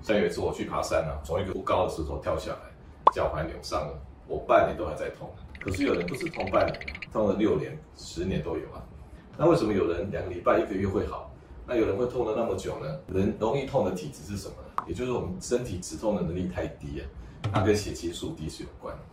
像有一次我去爬山从一个不高的石头跳下来，脚踝扭伤了，我半年都还在痛。可是有人不是痛半年痛了6年、10年都有啊。那为什么有人2个礼拜、1个月会好？那有人会痛了那么久呢？人容易痛的体质是什么呢？也就是我们身体止痛的能力太低啊，那跟血清素低是有关的。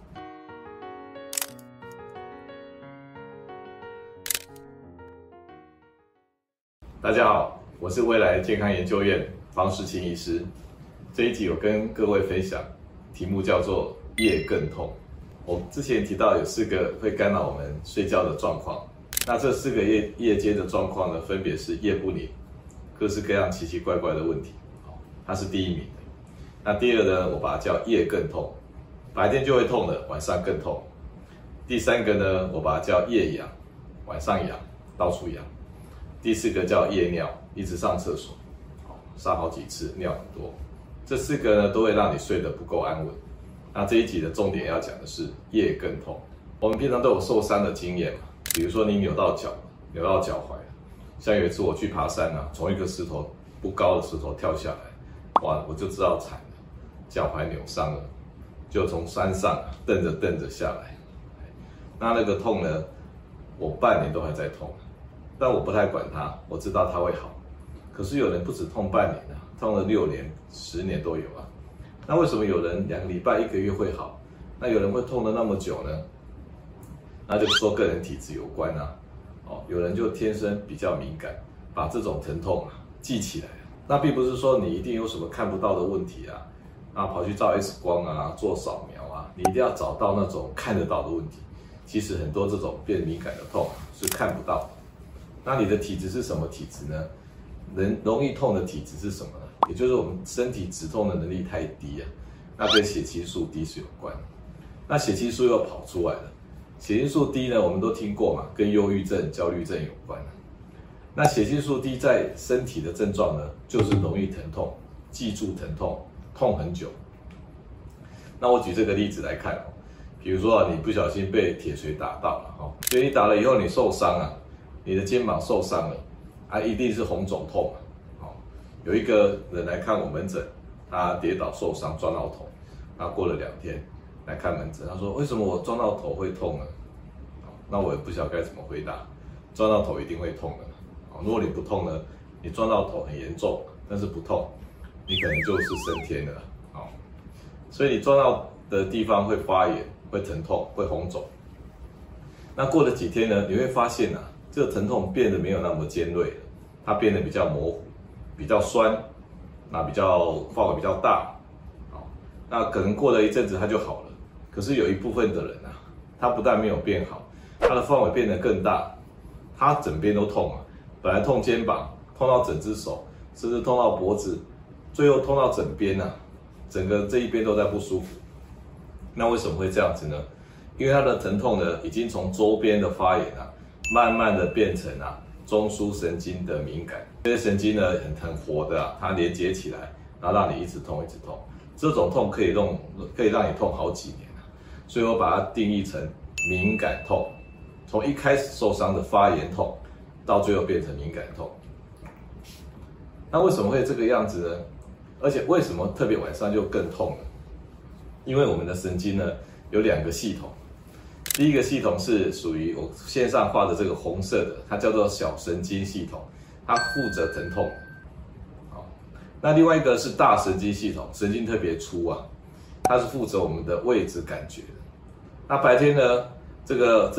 大家好，我是未来健康研究院方世清医师。这一集我跟各位分享，题目叫做夜更痛。我之前提到有4个会干扰我们睡觉的状况，那这4个夜间的状况呢，分别是夜不宁，各式各样奇奇怪怪的问题，它是第1名的。那第2呢，我把它叫夜更痛，白天就会痛的，晚上更痛。第3个呢，我把它叫夜痒，晚上痒，到处痒。第4个叫夜尿，一直上厕所，上好几次，尿很多。这4个呢，都会让你睡得不够安稳。那这一集的重点要讲的是夜更痛。我们平常都有受伤的经验嘛，比如说你扭到脚踝，像有一次我去爬山从一个不高的石头跳下来，哇，我就知道惨了，脚踝扭伤了，就从山上蹬着下来。那个痛呢，我半年都还在痛。但我不太管它，我知道它会好。可是有人不止痛半年痛了6年、10年都有啊。那为什么有人2个礼拜、1个月会好？那有人会痛了那么久呢？那就说个人体质有关有人就天生比较敏感，把这种疼痛记起来。那并不是说你一定有什么看不到的问题跑去照 X 光做扫描你一定要找到那种看得到的问题。其实很多这种变敏感的痛是看不到的。那你的体质是什么体质呢？人容易痛的体质是什么呢？也就是我们身体止痛的能力太低那跟血清素低是有关的。那血清素又跑出来了，血清素低呢，我们都听过嘛，跟忧郁症、焦虑症有关。那血清素低在身体的症状呢，就是容易疼痛，记住疼痛，痛很久。那我举这个例子来看比如说你不小心被铁锤打到了所以你打了以后你受伤你的肩膀受伤了一定是红肿痛有一个人来看我门诊，他跌倒受伤撞到头，过了2天来看门诊，他说为什么我撞到头会痛呢？那我也不晓得该怎么回答。撞到头一定会痛的如果你不痛呢，你撞到头很严重，但是不痛，你可能就是升天了所以你撞到的地方会发炎，会疼痛，会红肿。那过了几天呢，你会发现这个疼痛变得没有那么尖锐了，它变得比较模糊，比较酸，范围比较大那可能过了一阵子它就好了。可是有一部分的人他不但没有变好，他的范围变得更大，他整边都痛本来痛肩膀，痛到整只手，甚至痛到脖子，最后痛到整边整个这一边都在不舒服。那为什么会这样子呢？因为它的疼痛呢，已经从周边的发炎慢慢的变成中枢神经的敏感。这些神经呢很活的它连接起来，然后让你一直痛一直痛。这种痛可以让你痛好几年所以我把它定义成敏感痛，从一开始受伤的发炎痛，到最后变成敏感痛。那为什么会这个样子呢？而且为什么特别晚上就更痛呢？因为我们的神经呢有2个系统。第一个系统是属于我线上画的这个红色的，它叫做小神经系统，它负责疼痛。那另外一个是大神经系统，神经特别粗它是负责我们的位置感觉的。那白天呢，这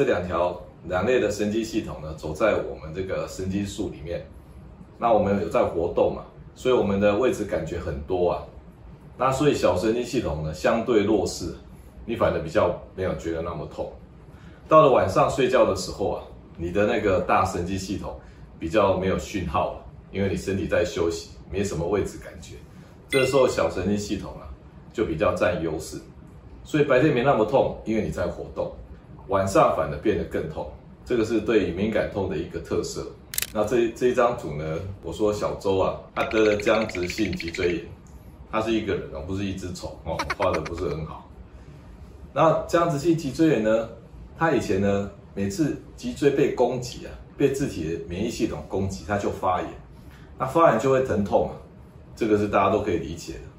2类的神经系统呢，走在我们这个神经束里面。那我们有在活动所以我们的位置感觉很多那所以小神经系统呢相对弱势，你反而比较没有觉得那么痛。到了晚上睡觉的时候你的那个大神经系统比较没有讯号了，因为你身体在休息，没什么位置感觉。这时候小神经系统就比较占优势，所以白天没那么痛，因为你在活动，晚上反而变得更痛。这个是对于敏感痛的一个特色。那这一张图呢，我说小周他得了僵直性脊椎炎，他是一个人不是一只虫画的不是很好。那僵直性脊椎炎呢，他以前呢每次脊椎被攻击被自体的免疫系统攻击，它就发炎，那发炎就会疼痛这个是大家都可以理解的。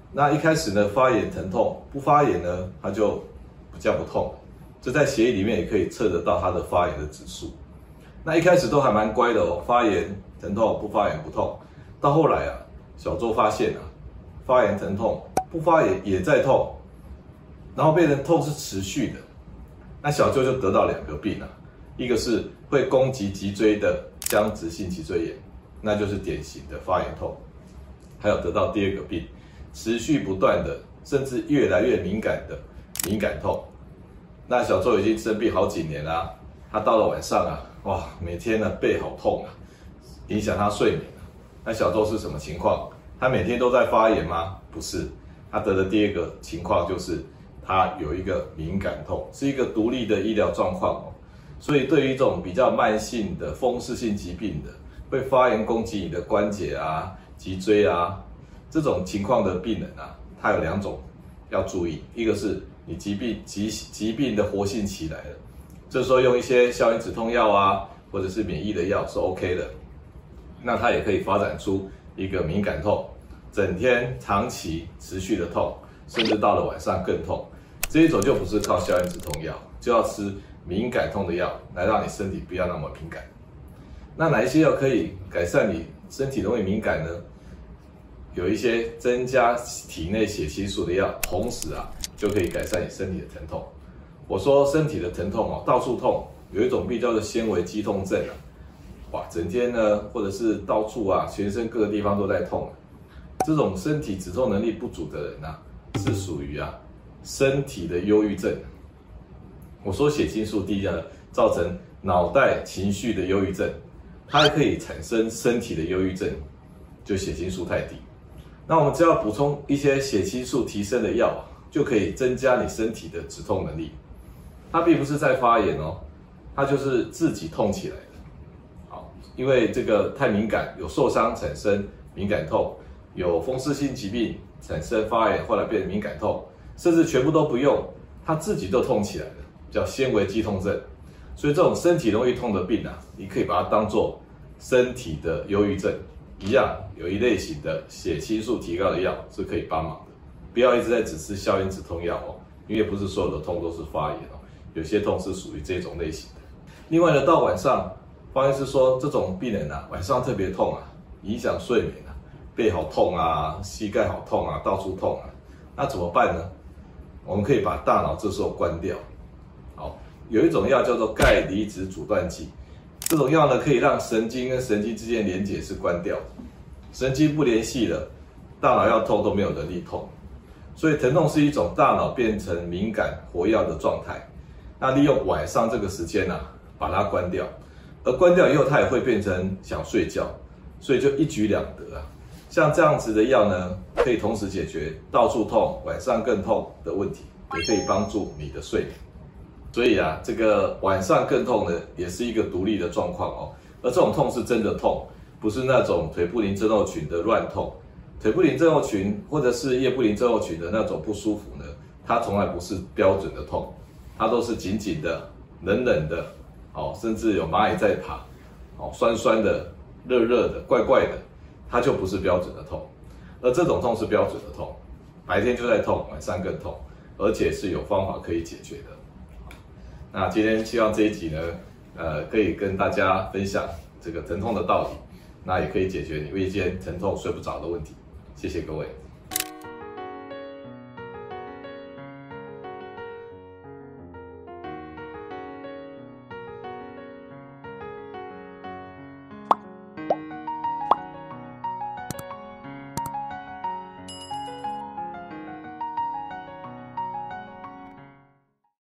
那一开始呢，发炎疼痛，不发炎呢，它就比较不痛。这在血液里面也可以测得到它的发炎的指数。那一开始都还蛮乖的哦，发炎疼痛，不发炎不痛。到后来啊，小周发现啊，发炎疼痛，不发炎也在痛，然后变成痛是持续的。那小周就得到2个病啊，一个是会攻击脊椎的僵直性脊椎炎，那就是典型的发炎痛。还有得到第2个病，持续不断的，甚至越来越敏感的敏感痛。那小周已经生病好几年啦，他到了晚上啊，哇，每天呢背好痛啊，影响他睡眠啊。那小周是什么情况？他每天都在发炎吗？不是，他得的第2个情况就是他有一个敏感痛，是一个独立的医疗状况哦。所以对于这种比较慢性的风湿性疾病的，会发炎攻击你的关节啊、脊椎啊这种情况的病人啊，他有2种要注意，一个是你疾病的活性起来了，这时候用一些消炎止痛药啊，或者是免疫的药是 OK 的。那它也可以发展出一个敏感痛，整天长期持续的痛，甚至到了晚上更痛。这一种就不是靠消炎止痛药，就要吃敏感痛的药来让你身体不要那么敏感。那哪一些药可以改善你身体容易敏感呢？有一些增加体内血清素的药，同时啊就可以改善你身体的疼痛。我说身体的疼痛哦，到处痛，有一种病叫做纤维肌痛症啊，哇，整天呢或者是到处啊，全身各个地方都在痛。这种身体止痛能力不足的人啊，是属于啊身体的忧郁症。我说血清素低呢，造成脑袋情绪的忧郁症，它还可以产生身体的忧郁症，就血清素太低。那我们只要补充一些血清素提升的药，就可以增加你身体的止痛能力。它并不是在发炎哦，它就是自己痛起来的。好，因为这个太敏感，有受伤产生敏感痛，有风湿性疾病产生发炎，后来变成敏感痛，甚至全部都不用，它自己都痛起来了，叫纤维肌痛症。所以这种身体容易痛的病啊，你可以把它当作身体的忧郁症一样，有一类型的血清素提高的药是可以帮忙的。不要一直在只吃消炎止痛药哦，因为不是所有的痛都是发炎哦，有些痛是属于这种类型的。另外呢，到晚上，方医师说这种病人啊，晚上特别痛啊，影响睡眠啊，背好痛啊，膝盖好痛啊，到处痛啊，那怎么办呢？我们可以把大脑这时候关掉。好，有一种药叫做钙离子阻断剂。这种药呢，可以让神经跟神经之间的连结是关掉的，神经不联系了，大脑要痛都没有能力痛，所以疼痛是一种大脑变成敏感活跃的状态。那利用晚上这个时间啊，把它关掉，而关掉以后，它也会变成想睡觉，所以就一举两得啊。像这样子的药呢，可以同时解决到处痛、晚上更痛的问题，也可以帮助你的睡眠。所以啊，这个晚上更痛呢，也是一个独立的状况哦。而这种痛是真的痛，不是那种腿部林症候群的乱痛。腿部林症候群或者是叶部林症候群的那种不舒服呢，它从来不是标准的痛，它都是紧紧的、冷冷的，哦，甚至有蚂蚁在爬，哦，酸酸的、热热的、怪怪的，它就不是标准的痛。而这种痛是标准的痛，白天就在痛，晚上更痛，而且是有方法可以解决的。那今天希望这一集呢，可以跟大家分享这个疼痛的道理，那也可以解决你夜间疼痛睡不着的问题。谢谢各位。